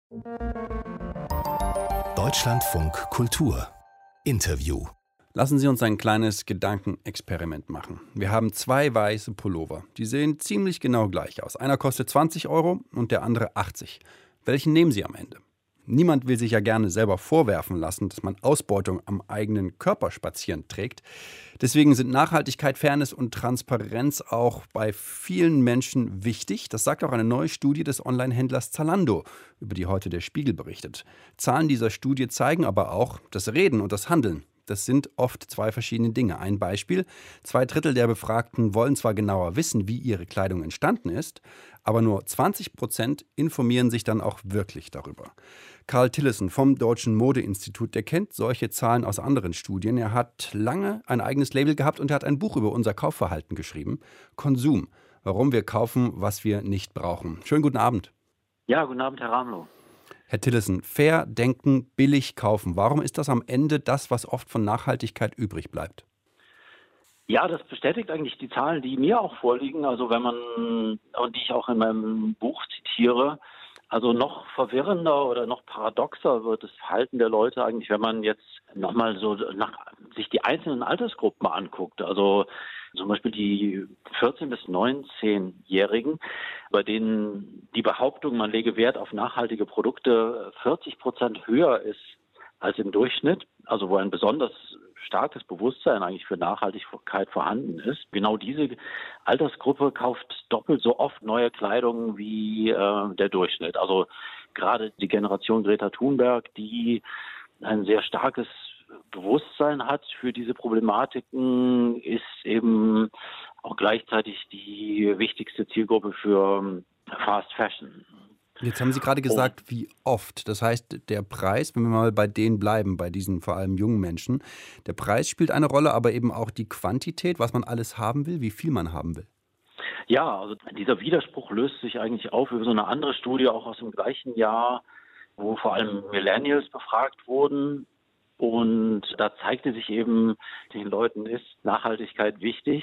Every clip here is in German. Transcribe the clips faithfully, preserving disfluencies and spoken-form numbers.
Deutschlandfunk Kultur Interview. Lassen Sie uns ein kleines Gedankenexperiment machen. Wir haben zwei weiße Pullover. Die sehen ziemlich genau gleich aus. Einer kostet zwanzig Euro und der andere achtzig. Welchen nehmen Sie am Ende? Niemand will sich ja gerne selber vorwerfen lassen, dass man Ausbeutung am eigenen Körper spazieren trägt. Deswegen sind Nachhaltigkeit, Fairness und Transparenz auch bei vielen Menschen wichtig. Das sagt auch eine neue Studie des Onlinehändlers Zalando, über die heute der Spiegel berichtet. Zahlen dieser Studie zeigen aber auch, das Reden und das Handeln, das sind oft zwei verschiedene Dinge. Ein Beispiel: Zwei Drittel der Befragten wollen zwar genauer wissen, wie ihre Kleidung entstanden ist, aber nur zwanzig Prozent informieren sich dann auch wirklich darüber. Karl Tillessen vom Deutschen Modeinstitut, der kennt solche Zahlen aus anderen Studien. Er hat lange ein eigenes Label gehabt und er hat ein Buch über unser Kaufverhalten geschrieben. Konsum, warum wir kaufen, was wir nicht brauchen. Schönen guten Abend. Ja, guten Abend, Herr Ramlow. Herr Tillessen, fair denken, billig kaufen. Warum ist das am Ende das, was oft von Nachhaltigkeit übrig bleibt? Ja, das bestätigt eigentlich die Zahlen, die mir auch vorliegen, also wenn man, und die ich auch in meinem Buch zitiere. Also noch verwirrender oder noch paradoxer wird das Verhalten der Leute eigentlich, wenn man jetzt nochmal so nach, sich die einzelnen Altersgruppen mal anguckt. Also zum Beispiel die vierzehn- bis neunzehnjährigen, bei denen die Behauptung, man lege Wert auf nachhaltige Produkte, vierzig Prozent höher ist als im Durchschnitt, also wo ein besonders starkes Bewusstsein eigentlich für Nachhaltigkeit vorhanden ist. Genau diese Altersgruppe kauft doppelt so oft neue Kleidung wie äh, der Durchschnitt. Also gerade die Generation Greta Thunberg, die ein sehr starkes Bewusstsein hat für diese Problematiken, ist eben auch gleichzeitig die wichtigste Zielgruppe für Fast Fashion. Jetzt haben Sie gerade gesagt, wie oft. Das heißt, der Preis, wenn wir mal bei denen bleiben, bei diesen vor allem jungen Menschen, der Preis spielt eine Rolle, aber eben auch die Quantität, was man alles haben will, wie viel man haben will. Ja, also dieser Widerspruch löst sich eigentlich auf über so eine andere Studie, auch aus dem gleichen Jahr, wo vor allem Millennials befragt wurden. Und da zeigte sich eben, den Leuten ist Nachhaltigkeit wichtig,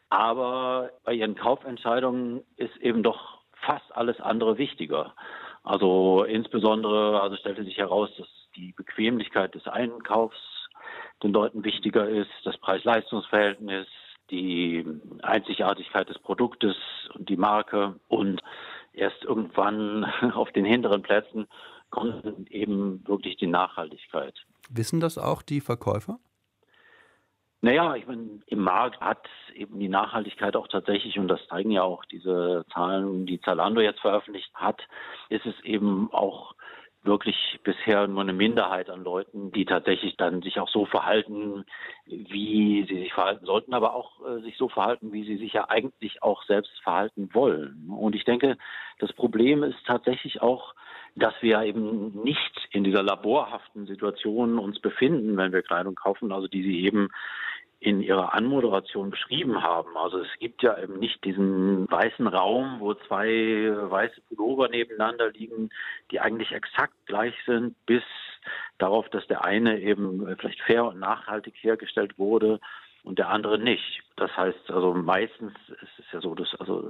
aber bei ihren Kaufentscheidungen ist eben doch fast alles andere wichtiger. Also insbesondere, also stellte sich heraus, dass die Bequemlichkeit des Einkaufs den Leuten wichtiger ist, das Preis-Leistungs-Verhältnis, die Einzigartigkeit des Produktes und die Marke. Und erst irgendwann auf den hinteren Plätzen kommt eben wirklich die Nachhaltigkeit. Wissen das auch die Verkäufer? Naja, ich meine, im Markt hat eben die Nachhaltigkeit auch tatsächlich, und das zeigen ja auch diese Zahlen, die Zalando jetzt veröffentlicht hat, ist es eben auch wirklich bisher nur eine Minderheit an Leuten, die tatsächlich dann sich auch so verhalten, wie sie sich verhalten sollten, aber auch äh, sich so verhalten, wie sie sich ja eigentlich auch selbst verhalten wollen. Und ich denke, das Problem ist tatsächlich auch, dass wir eben nicht in dieser laborhaften Situation uns befinden, wenn wir Kleidung kaufen, also die Sie eben in Ihrer Anmoderation beschrieben haben. Also es gibt ja eben nicht diesen weißen Raum, wo zwei weiße Pullover nebeneinander liegen, die eigentlich exakt gleich sind, bis darauf, dass der eine eben vielleicht fair und nachhaltig hergestellt wurde und der andere nicht. Das heißt, also meistens ist es ja so, dass also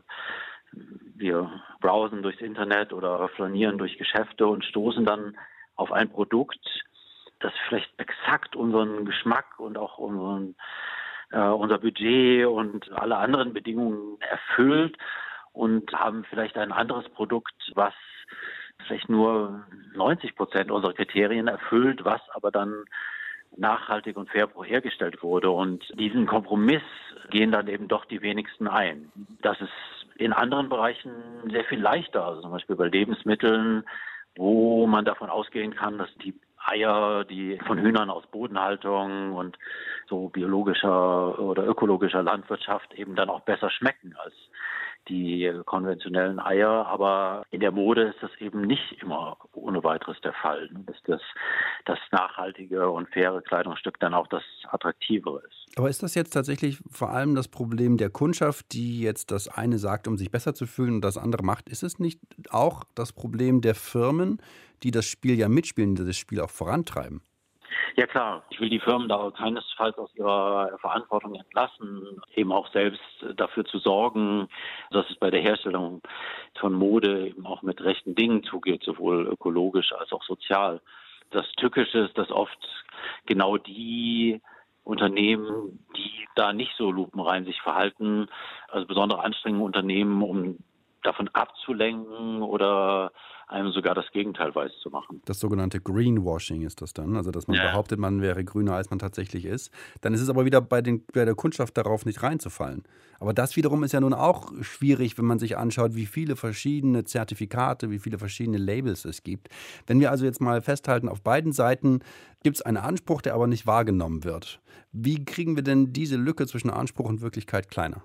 wir browsen durchs Internet oder flanieren durch Geschäfte und stoßen dann auf ein Produkt, das vielleicht exakt unseren Geschmack und auch unseren, äh, unser Budget und alle anderen Bedingungen erfüllt und haben vielleicht ein anderes Produkt, was vielleicht nur neunzig Prozent unserer Kriterien erfüllt, was aber dann nachhaltig und fair hergestellt wurde. Und diesen Kompromiss gehen dann eben doch die wenigsten ein. Das ist in anderen Bereichen sehr viel leichter, also zum Beispiel bei Lebensmitteln, wo man davon ausgehen kann, dass die Eier, die von Hühnern aus Bodenhaltung und so biologischer oder ökologischer Landwirtschaft eben dann auch besser schmecken als die konventionellen Eier. Aber in der Mode ist das eben nicht immer ohne weiteres der Fall, dass das, das nachhaltige und faire Kleidungsstück dann auch das attraktivere ist. Aber ist das jetzt tatsächlich vor allem das Problem der Kundschaft, die jetzt das eine sagt, um sich besser zu fühlen, und das andere macht? Ist es nicht auch das Problem der Firmen, die das Spiel ja mitspielen, die das Spiel auch vorantreiben? Ja klar, ich will die Firmen da keinesfalls aus ihrer Verantwortung entlassen, eben auch selbst dafür zu sorgen, dass es bei der Herstellung von Mode eben auch mit rechten Dingen zugeht, sowohl ökologisch als auch sozial. Das Tückische ist, dass oft genau die Unternehmen, die da nicht so lupenrein sich verhalten, also besondere Anstrengungen unternehmen, um davon abzulenken oder einem sogar das Gegenteil weiß zu machen. Das sogenannte Greenwashing ist das dann, also dass man ja. behauptet, man wäre grüner, als man tatsächlich ist. Dann ist es aber wieder bei, den, bei der Kundschaft darauf nicht reinzufallen. Aber das wiederum ist ja nun auch schwierig, wenn man sich anschaut, wie viele verschiedene Zertifikate, wie viele verschiedene Labels es gibt. Wenn wir also jetzt mal festhalten, auf beiden Seiten gibt es einen Anspruch, der aber nicht wahrgenommen wird. Wie kriegen wir denn diese Lücke zwischen Anspruch und Wirklichkeit kleiner?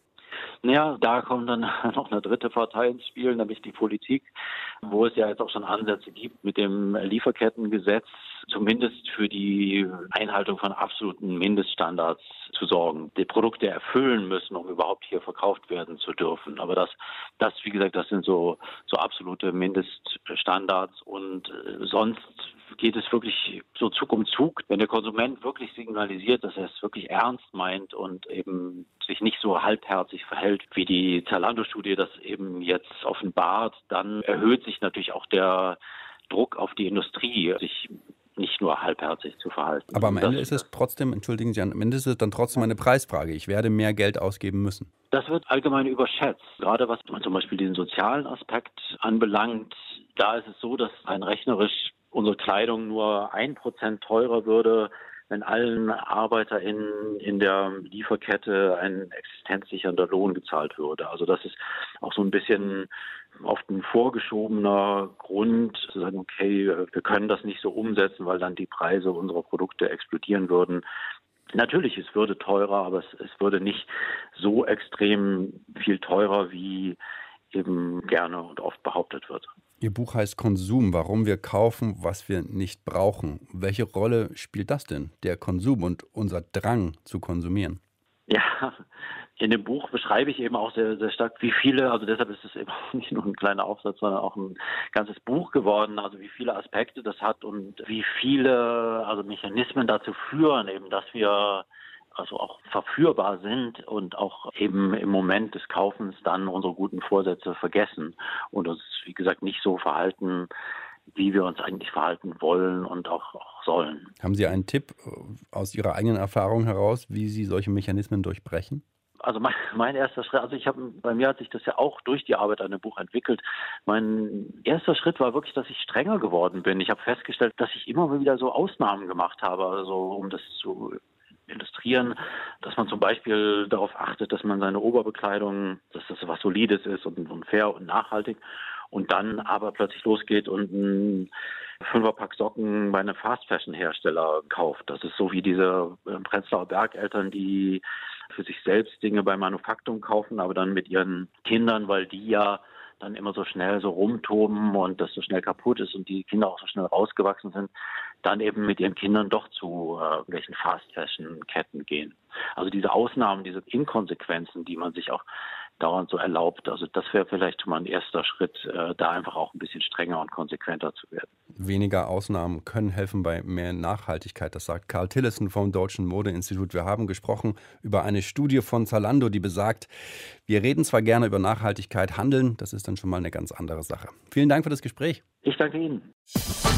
Naja, da kommt dann noch eine dritte Partei ins Spiel, nämlich die Politik, wo es ja jetzt auch schon Ansätze gibt mit dem Lieferkettengesetz, zumindest für die Einhaltung von absoluten Mindeststandards zu sorgen, die Produkte erfüllen müssen, um überhaupt hier verkauft werden zu dürfen. Aber das, das wie gesagt, das sind so, so absolute Mindeststandards und äh, sonst geht es wirklich so Zug um Zug. Wenn der Konsument wirklich signalisiert, dass er es wirklich ernst meint und eben sich nicht so halbherzig verhält, wie die Zalando-Studie das eben jetzt offenbart, dann erhöht sich natürlich auch der Druck auf die Industrie, sich nicht nur halbherzig zu verhalten. Aber am Ende ist es trotzdem, entschuldigen Sie, am Ende ist es dann trotzdem eine Preisfrage. Ich werde mehr Geld ausgeben müssen. Das wird allgemein überschätzt. Gerade was zum Beispiel den sozialen Aspekt anbelangt, da ist es so, dass rein rechnerisch unsere Kleidung nur ein Prozent teurer würde, wenn allen ArbeiterInnen in der Lieferkette ein existenzsichernder Lohn gezahlt würde. Also das ist auch so ein bisschen oft ein vorgeschobener Grund, zu sagen, okay, wir können das nicht so umsetzen, weil dann die Preise unserer Produkte explodieren würden. Natürlich, es würde teurer, aber es, es würde nicht so extrem viel teurer, wie eben gerne und oft behauptet wird. Ihr Buch heißt Konsum, warum wir kaufen, was wir nicht brauchen. Welche Rolle spielt das denn, der Konsum und unser Drang zu konsumieren? Ja, in dem Buch beschreibe ich eben auch sehr, sehr stark, wie viele, also deshalb ist es eben nicht nur ein kleiner Aufsatz, sondern auch ein ganzes Buch geworden, also wie viele Aspekte das hat und wie viele also Mechanismen dazu führen, eben, dass wir also auch verführbar sind und auch eben im Moment des Kaufens dann unsere guten Vorsätze vergessen und uns, wie gesagt, nicht so verhalten, wie wir uns eigentlich verhalten wollen und auch, auch sollen. Haben Sie einen Tipp aus Ihrer eigenen Erfahrung heraus, wie Sie solche Mechanismen durchbrechen? Also mein, mein erster Schritt, also ich habe, bei mir hat sich das ja auch durch die Arbeit an dem Buch entwickelt. Mein erster Schritt war wirklich, dass ich strenger geworden bin. Ich habe festgestellt, dass ich immer wieder so Ausnahmen gemacht habe, also um das zu illustrieren, dass man zum Beispiel darauf achtet, dass man seine Oberbekleidung, dass das was Solides ist und, und fair und nachhaltig und dann aber plötzlich losgeht und ein Fünferpack Socken bei einem Fast-Fashion-Hersteller kauft. Das ist so wie diese Prenzlauer Bergeltern, die für sich selbst Dinge bei Manufaktum kaufen, aber dann mit ihren Kindern, weil die ja dann immer so schnell so rumtoben und das so schnell kaputt ist und die Kinder auch so schnell rausgewachsen sind, dann eben mit ihren Kindern doch zu äh, welchen Fast-Fashion-Ketten gehen. Also diese Ausnahmen, diese Inkonsequenzen, die man sich auch dauernd so erlaubt, also das wäre vielleicht mal ein erster Schritt, äh, da einfach auch ein bisschen strenger und konsequenter zu werden. Weniger Ausnahmen können helfen bei mehr Nachhaltigkeit, das sagt Karl Tillessen vom Deutschen Modeinstitut. Wir haben gesprochen über eine Studie von Zalando, die besagt, wir reden zwar gerne über Nachhaltigkeit, handeln, das ist dann schon mal eine ganz andere Sache. Vielen Dank für das Gespräch. Ich danke Ihnen.